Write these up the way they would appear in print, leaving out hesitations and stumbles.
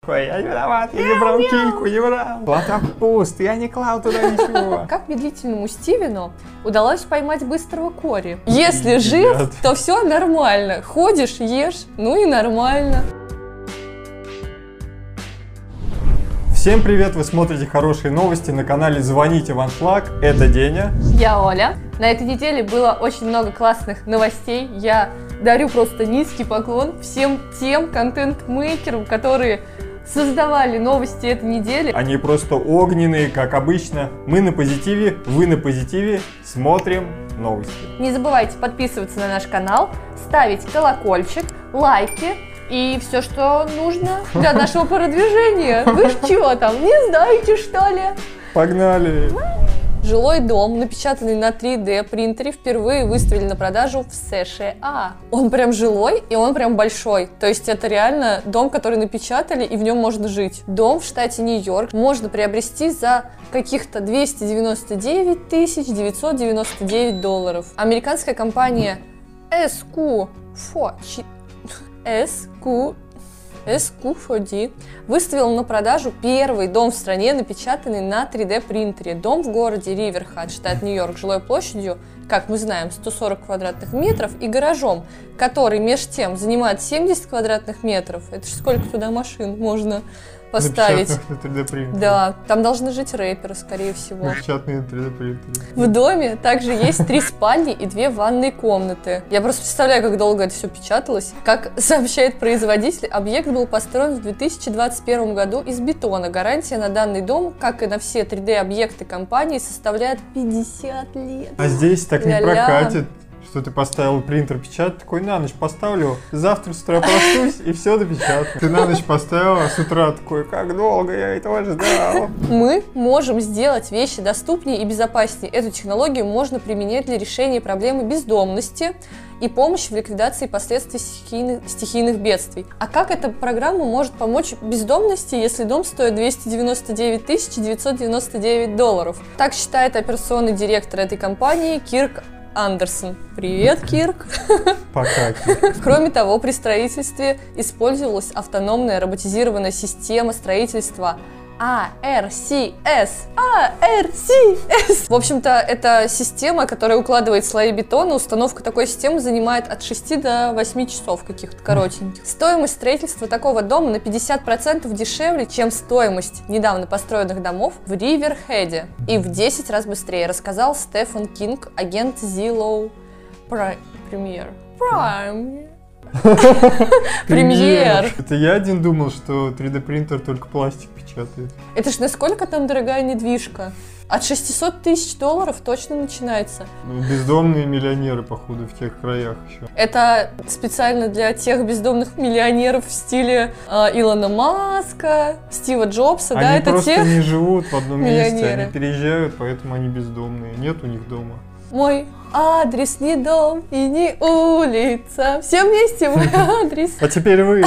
такой: я не виноват, я не брал кильку, не брал. Лоток пуст, я не клал туда ничего. Как медлительному Стивену удалось поймать быстрого Кори? Если жив, то все нормально. Ходишь, ешь, ну и нормально. Всем привет! Вы смотрите хорошие новости на канале Звоните в Аншлаг. Это Деня. Я Оля. На этой неделе было очень много классных новостей. Я дарю просто низкий поклон всем тем контент-мейкерам, которые создавали новости этой недели. Они просто огненные, как обычно. Мы на позитиве, вы на позитиве. Смотрим новости. Не забывайте подписываться на наш канал, ставить колокольчик, лайки и все, что нужно для нашего продвижения. Вы ж чего там, не знаете, что ли? Погнали! Жилой дом, напечатанный на 3D принтере, впервые выставили на продажу в США. Он прям жилой и он прям большой. То есть это реально дом, который напечатали, и в нем можно жить. Дом в штате Нью-Йорк можно приобрести за каких-то 299 999 долларов. Американская компания SQ4D выставил на продажу первый дом в стране, напечатанный на 3D принтере. Дом в городе Риверхед, штат Нью-Йорк, жилой площадью, как мы знаем, 140 квадратных метров, и гаражом, который меж тем занимает 70 квадратных метров. Это ж сколько туда машин можно поставить. На 3D принтере. Да, там должны жить рэперы, скорее всего. Напечатанные на 3D принтере. В доме также есть 3 спальни и 2 ванные комнаты. Я просто представляю, как долго это все печаталось. Как сообщает производитель, объект был построен в 2021 году из бетона. Гарантия на данный дом, как и на все 3D-объекты компании, составляет 50 лет. А здесь так не Ля-ля. прокатит, что ты поставил принтер печатать, такой на ночь поставлю, завтра с утра проснусь и все допечатаю. Ты на ночь поставил, а с утра такой: как долго я этого ждал. Мы можем сделать вещи доступнее и безопаснее. Эту технологию можно применять для решения проблемы бездомности и помощи в ликвидации последствий стихийных бедствий. А как эта программа может помочь бездомности, если дом стоит 299 999 долларов? Так считает операционный директор этой компании Кирк Андерсон. Привет, Кирк! Пока, Кирк. Кроме того, при строительстве использовалась автономная роботизированная система строительства ARCS. В общем-то, это система, которая укладывает слои бетона. Установка такой системы занимает от 6 до 8 часов каких-то коротеньких. Стоимость строительства такого дома на 50% дешевле, чем стоимость недавно построенных домов в Риверхеде. И в 10 раз быстрее, рассказал Стефан Кинг, агент Zillow Premier. Премьер. Это я один думал, что 3D принтер только пластик печатает. Это ж насколько там дорогая недвижка? От 600 тысяч долларов точно начинается. Бездомные миллионеры, походу, в тех краях еще. Это специально для тех бездомных миллионеров в стиле Илона Маска, Стива Джобса, Они да, это просто те не живут в одном месте, миллионеры. они переезжают, поэтому они бездомные. Нет у них дома. Мой адрес не дом и не улица. Все вместе мой адрес. А теперь вы.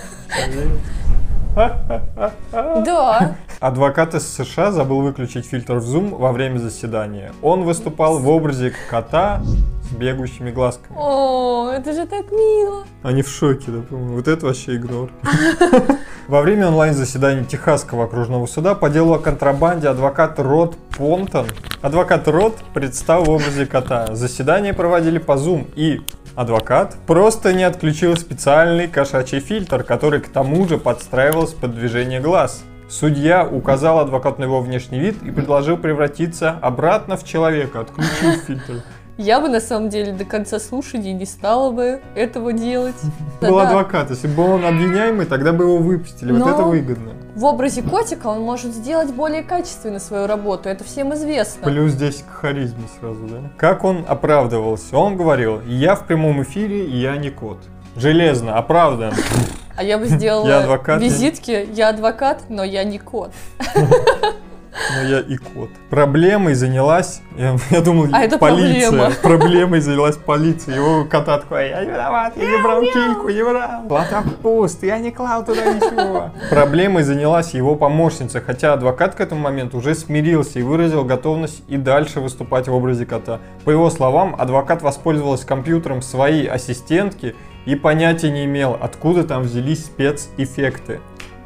Да. Адвокат из США забыл выключить фильтр в Zoom во время заседания. Он выступал в образе кота с бегающими глазками. О, это же так мило. Они в шоке, да, по-моему. Вот это вообще игнор. Во время онлайн-заседания Техасского окружного суда по делу о контрабанде адвокат Род Понтон. Адвокат Род предстал в образе кота. Заседание проводили по Zoom, и адвокат просто не отключил специальный кошачий фильтр, который к тому же подстраивался под движение глаз. Судья указал адвокату на его внешний вид и предложил превратиться обратно в человека, отключив фильтр. Я бы на самом деле до конца слушания не стала бы этого делать. Был Да-да. адвокат, если бы он обвиняемый, тогда бы его выпустили. Вот Но это выгодно. В образе котика он может сделать более качественно свою работу, это всем известно. Плюс 10 к харизме сразу, да? Как он оправдывался? Он говорил: я в прямом эфире, и я не кот. Железно, оправдан. А я бы сделала Я адвокат, визитки, я адвокат, но я не кот. Но я и кот. Проблемой занялась, я думал, А это полиция. проблема. Проблемой занялась полиция. Его кота такой: я не виноват, я не брал кильку, не брал. Лоток пуст, я не клал туда ничего. Проблемой занялась его помощница, хотя адвокат к этому моменту уже смирился и выразил готовность и дальше выступать в образе кота. По его словам, адвокат воспользовалась компьютером своей ассистентки и понятия не имел, откуда там взялись спецэффекты.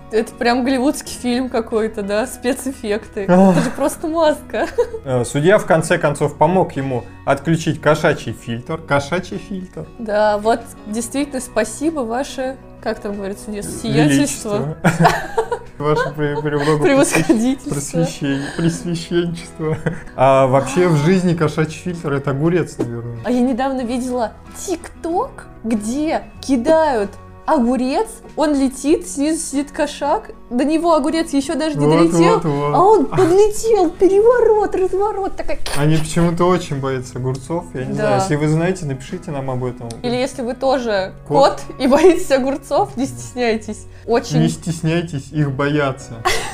Это прям голливудский фильм какой-то, да, спецэффекты. Это же просто маска. Судья в конце концов помог ему отключить кошачий фильтр. Кошачий фильтр. Да, вот действительно спасибо ваше, как там говорят, судья, сиятельство. Ваше превосходительство. Пресвященчество. А вообще в жизни кошачий фильтр — это огурец, наверное. А я недавно видела ТикТок, где кидают огурец, он летит, снизу сидит кошак, до него огурец еще даже не долетел, а он подлетел, переворот, разворот, такая... Они почему-то очень боятся огурцов, я не знаю, если вы знаете, напишите нам об этом. Или если вы тоже кот и боитесь огурцов, не стесняйтесь. Очень... Не стесняйтесь их бояться.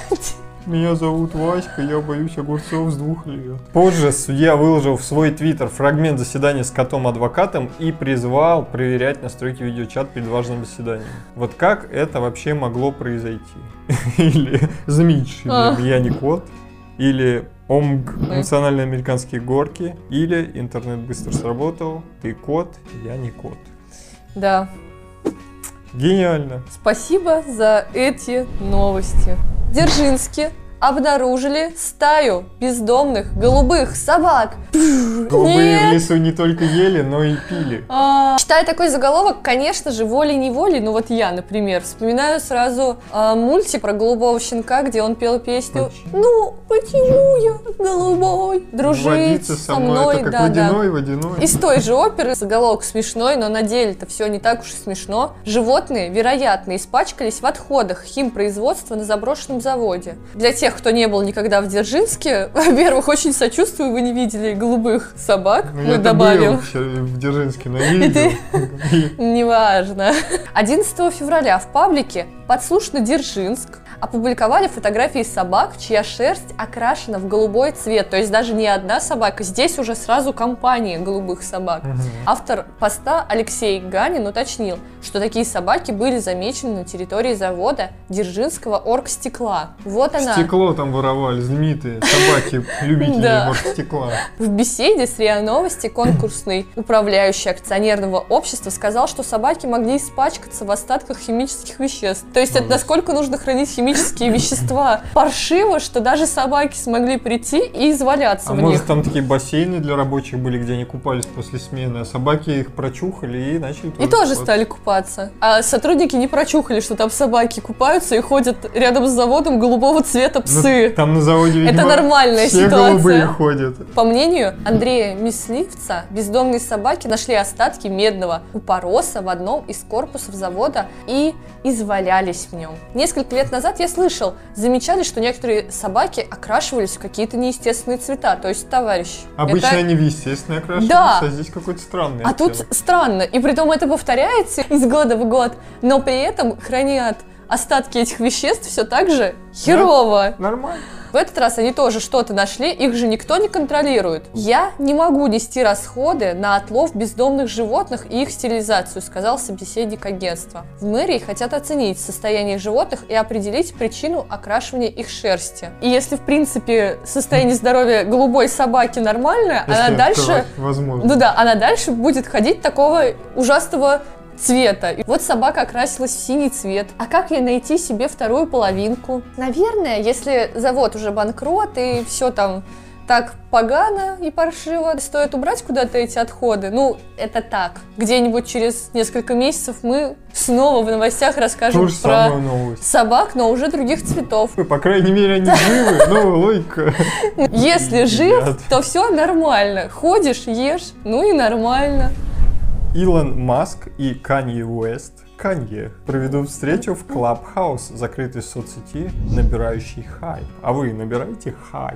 Меня зовут Васька, я боюсь огурцов с 2 лет. Позже судья выложил в свой твиттер фрагмент заседания с котом-адвокатом и призвал проверять настройки видеочат перед важным заседанием. Вот как это вообще могло произойти? Или заменить «Я не кот», или ОМГ, национальные американские горки, или интернет быстро сработал, ты кот, я не кот. Да. Гениально. Спасибо за эти новости. Дзержинске обнаружили стаю бездомных голубых собак. Голубые в лесу не только ели, но и пили. Читая такой заголовок, конечно же, волей-неволей, ну вот я, например, вспоминаю сразу мультик про голубого щенка, где он пел песню «Ну, почему я голубой? Дружить со мной». Это как водяной. Из той же оперы заголовок смешной, но на деле-то все не так уж и смешно. Животные, вероятно, испачкались в отходах химпроизводства на заброшенном заводе. Для тех, кто не был никогда в Дзержинске, во-первых, очень сочувствую, вы не видели голубых собак, мы добавим. Я был в Дзержинске, но не видел. Неважно. 11 февраля в паблике «Подслушно Дзержинск» опубликовали фотографии собак, чья шерсть окрашена в голубой цвет. То есть даже не одна собака, здесь уже сразу компания голубых собак. Автор поста Алексей Ганин уточнил, что такие собаки были замечены на территории завода Дзержинского оргстекла. Вот она. Стекло там воровали, знаменитые собаки-любители оргстекла. В беседе с РИА Новости конкурсный управляющий акционерного общества сказал, что собаки могли испачкаться в остатках химических веществ. То есть это насколько нужно хранить химические вещества. Паршиво, что даже собаки смогли прийти и изваляться в них. Может, там такие бассейны для рабочих были, где они купались после смены, а собаки их прочухали и начали тоже купаться. Стали купаться. А сотрудники не прочухали, что там собаки купаются и ходят рядом с заводом голубого цвета псы. Ну, там на заводе, видимо, это нормальная все ситуация. Голубые ходят. По мнению Андрея Мисливца, бездомные собаки нашли остатки медного купороса в одном из корпусов завода и извалялись в нем. Несколько лет назад я слышал, замечали, что некоторые собаки окрашивались в какие-то неестественные цвета. То есть, товарищ... Обычно они в естественные окрашивались, а здесь какой-то странный оттенок. Тут странно. И притом это повторяется из года в год, но при этом хранят остатки этих веществ все так же херово. Да? Нормально. В этот раз они тоже что-то нашли, их же никто не контролирует. Я не могу нести расходы на отлов бездомных животных и их стерилизацию, сказал собеседник агентства. В мэрии хотят оценить состояние животных и определить причину окрашивания их шерсти. И если, в принципе, состояние здоровья голубой собаки нормальное, она дальше... Возможно. Ну да, она дальше будет ходить такого ужасного цвета. И вот собака окрасилась в синий цвет. А как ей найти себе вторую половинку? Наверное, если завод уже банкрот и все там так погано и паршиво, стоит убрать куда-то эти отходы. Ну, это так. Где-нибудь через несколько месяцев мы снова в новостях расскажем про собак, но уже других цветов. По крайней мере, они живы, но логика. Если жив, то все нормально. Ходишь, ешь, ну и нормально. Илон Маск и Канье Уэст проведут встречу в Clubhouse, закрытой соцсети, набирающей хайп. А вы набираете хайп?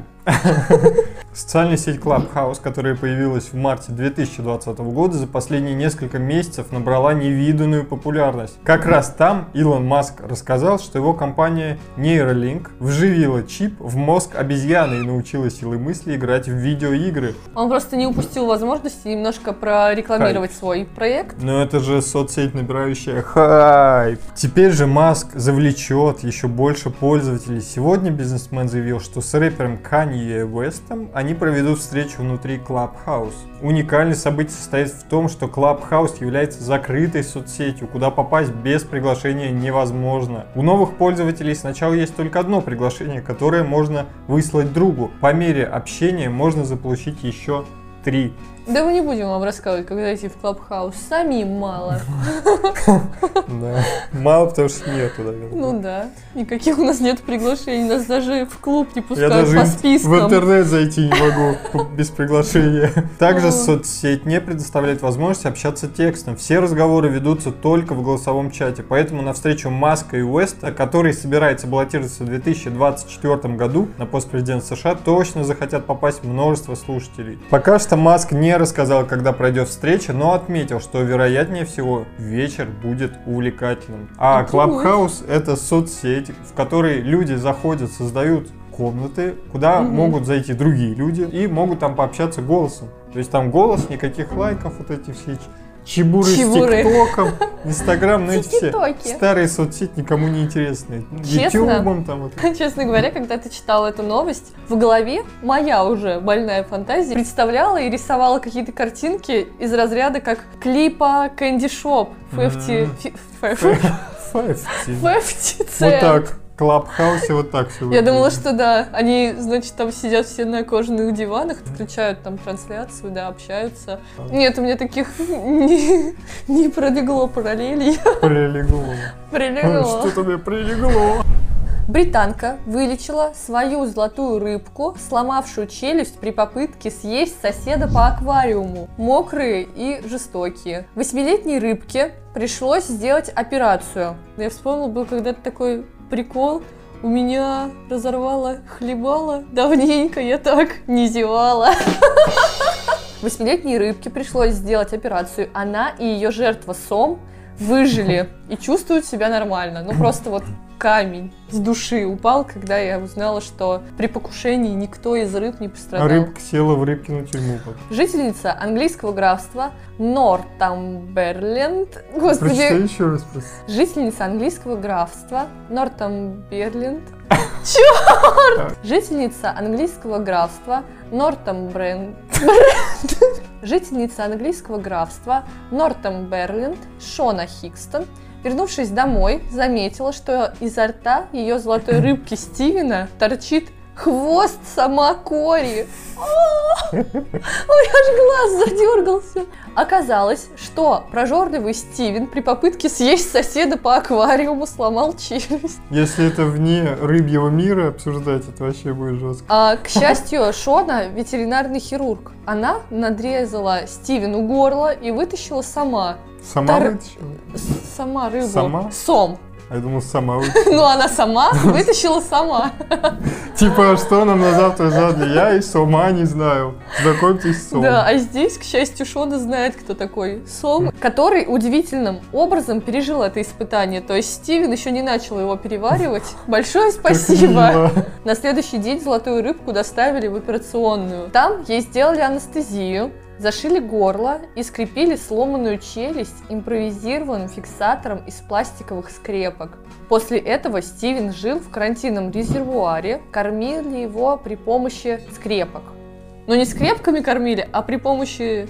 Социальная сеть Clubhouse, которая появилась в марте 2020 года, за последние несколько месяцев набрала невиданную популярность. Как раз там Илон Маск рассказал, что его компания Neuralink вживила чип в мозг обезьяны и научила силой мысли играть в видеоигры. Он просто не упустил возможности немножко прорекламировать свой проект. Но это же соцсеть, набирающая Хайп. Теперь же Маск завлечет еще больше пользователей. Сегодня бизнесмен заявил, что с рэпером Канье Уэстом они проведут встречу внутри Clubhouse. Уникальное событие состоит в том, что Clubhouse является закрытой соцсетью, куда попасть без приглашения невозможно. У новых пользователей сначала есть только одно приглашение, которое можно выслать другу. По мере общения можно заполучить еще 3. Да мы не будем вам рассказывать, как зайти в Клабхаус. Самим мало. Да. Мало, потому что нету, наверное. Ну да. Никаких у нас нет приглашений. Нас даже в клуб не Я пускают даже по спискам. в интернет зайти не могу без приглашения. Также соцсеть не предоставляет возможность общаться текстом. Все разговоры ведутся только в голосовом чате. Поэтому на встречу Маска и Уэста, который собирается баллотироваться в 2024 году на пост президента США, точно захотят попасть множество слушателей. Пока что Маск не рассказал, когда пройдет встреча, но отметил, что вероятнее всего вечер будет увлекательным. А Clubhouse — это соцсеть, в которой люди заходят, создают комнаты, куда могут зайти другие люди и могут там пообщаться голосом. То есть там голос, никаких лайков, вот эти все чебуры с ТикТоком, Инстаграм, ну эти все старые соцсети никому не интересны. Ютубом там вот. Честно говоря, когда ты читала эту новость, в голове моя уже больная фантазия представляла и рисовала какие-то картинки из разряда как клипа Candy Shop 50 Вот так. В Клабхаусе вот так все выглядит. Я думала, что да, они, значит, там сидят все на кожаных диванах, включают там трансляцию, да, общаются. Нет, у меня таких не пролегло параллелей. Прилегло. Что-то мне прилегло. Британка вылечила свою золотую рыбку, сломавшую челюсть при попытке съесть соседа по аквариуму. Мокрые и жестокие. 8-летней рыбке пришлось сделать операцию. Я вспомнила, был когда-то такой прикол. У меня разорвало хлебало. Давненько я так не зевала. 8-летней рыбке пришлось сделать операцию. Она и ее жертва Сом выжили и чувствуют себя нормально. Ну просто вот камень с души упал, когда я узнала, что при покушении никто из рыб не пострадал. А рыбка села в рыбкину тюрьму. Жительница английского графства Нортамберленд. Господи. Прочитай еще раз просто. Жительница английского графства Нортамберленд. Черт! Жительница английского графства Нортамберленд. Жительница английского графства Нортамберленд Шона Хикстон, вернувшись домой, заметила, что изо рта ее золотой рыбки Стивена торчит хвост сама Кори. Ой, аж глаз задергался. Оказалось, что прожорливый Стивен при попытке съесть соседа по аквариуму сломал челюсть. Если это вне рыбьего мира обсуждать, это вообще будет жестко. К счастью, Шона ветеринарный хирург. Она надрезала Стивену горло и вытащила сама. Сама вытащила? Сама рыбу. Сама? Сом. А я думал, сама вытащила. Ну, она сама вытащила сама. Типа, что нам на завтра задали? Я и Сома не знаю. Знакомьтесь с Сом. Да, а здесь, к счастью, Шона знает, кто такой Сом, который удивительным образом пережил это испытание. То есть Стивен еще не начал его переваривать. Большое спасибо. На следующий день золотую рыбку доставили в операционную. Там ей сделали анестезию, зашили горло и скрепили сломанную челюсть импровизированным фиксатором из пластиковых скрепок. После этого Стивен жил в карантинном резервуаре, кормили его при помощи скрепок. Но не скрепками кормили, а при помощи...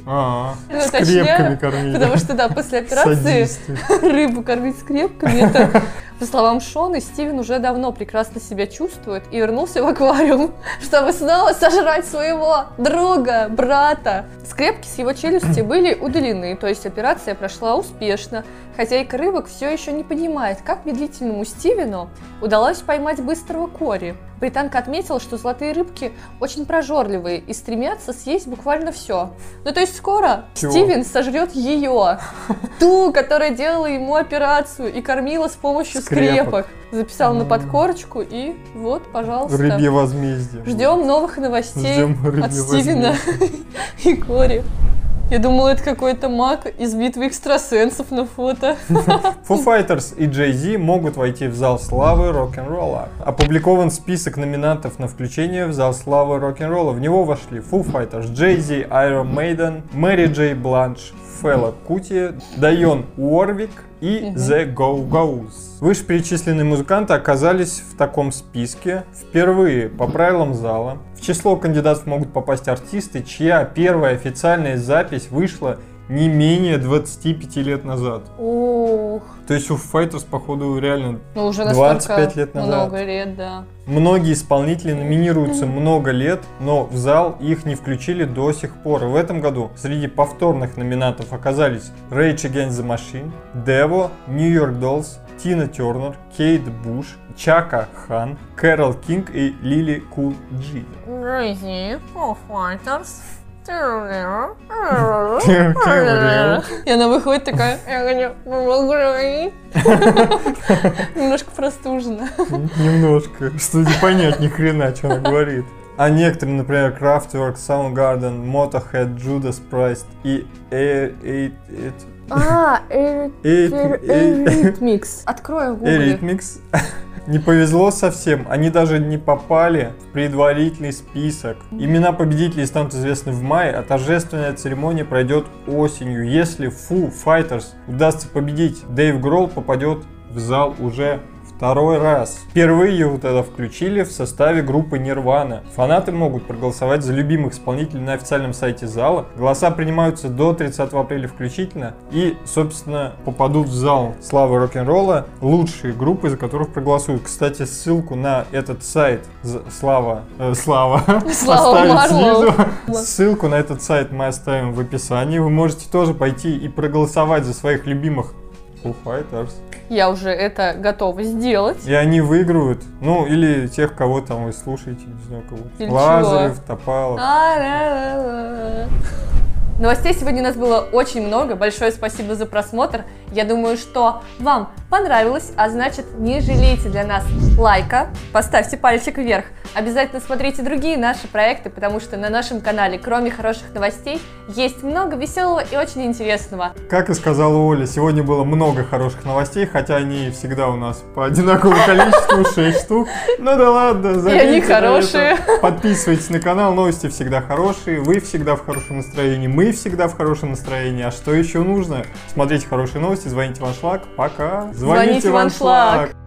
скрепками кормили. Потому что, да, после операции рыбу кормить скрепками, это... По словам Шоны, Стивен уже давно прекрасно себя чувствует и вернулся в аквариум, чтобы снова сожрать своего друга, брата. Скрепки с его челюсти были удалены, то есть операция прошла успешно. Хозяйка рыбок все еще не понимает, как медлительному Стивену удалось поймать быстрого Кори. Британка отметила, что золотые рыбки очень прожорливые и стремятся съесть буквально все. Ну то есть скоро Стивен сожрет ее, ту, которая делала ему операцию и кормила с помощью скрепок. Записал на подкорочку и вот, пожалуйста. Рыбье возмездие. Ждем новых новостей от Стивена и Кори. Я думала, это какой-то маг из битвы экстрасенсов на фото. Foo Fighters и Jay-Z могут войти в зал славы рок-н-ролла. Опубликован список номинантов на включение в зал славы рок-н-ролла. В него вошли Foo Fighters, Jay-Z, Iron Maiden, Мэри Джей Бланш, Фела Кути, Дайон Уорвик, и The Go-Go's. Вышеперечисленные музыканты оказались в таком списке впервые по правилам зала. В число кандидатов могут попасть артисты, чья первая официальная запись вышла не менее 25 лет назад. Ох. То есть у Foo Fighters, походу, реально Уже 25 лет назад. Много лет, да. Многие исполнители номинируются много лет, но в зал их не включили до сих пор. И в этом году среди повторных номинантов оказались Rage Against the Machine, Devo, New York Dolls, Тина Тернер, Кейт Буш, Чака Хан, Кэрол Кинг и Лили Кул Джи. Crazy Foo Fighters. И она выходит такая, немножко простужена. Немножко, что не понять ни хрена, что она говорит. А некоторые, например, Kraftwerk, Soundgarden, Motorhead, Judas Priest и Eurythmics. Открою в гугле. Eurythmics. Не повезло совсем, они даже не попали в предварительный список. Имена победителей станут известны в мае, а торжественная церемония пройдет осенью. Если Foo Fighters удастся победить, Дэйв Гролл попадет в зал уже второй раз. Впервые его тогда включили в составе группы Nirvana. Фанаты могут проголосовать за любимых исполнителей на официальном сайте зала. Голоса принимаются до 30 апреля включительно. И, собственно, попадут в зал славы рок-н-ролла лучшие группы, за которых проголосуют. Кстати, ссылку на этот сайт Слава оставить снизу. Ссылку на этот сайт мы оставим в описании. Вы можете тоже пойти и проголосовать за своих любимых Foo Fighters. Я уже это готова сделать. И они выиграют. Ну, или тех, кого там вы слушаете, не знаю, кого. Лазарев, Топалов. Новостей сегодня у нас было очень много. Большое спасибо за просмотр. Я думаю, что вам понравилось, а значит, не жалейте для нас лайка, поставьте пальчик вверх. Обязательно смотрите другие наши проекты, потому что на нашем канале, кроме хороших новостей, есть много веселого и очень интересного. Как и сказала Оля, сегодня было много хороших новостей, хотя они всегда у нас по одинаковому количеству, 6 штук. Ну да ладно, забейте. И они хорошие. Подписывайтесь на канал, новости всегда хорошие, вы всегда в хорошем настроении, мы всегда в хорошем настроении. А что еще нужно? Смотрите хорошие новости, звоните в Аншлаг. Пока. Звоните в Аншлаг.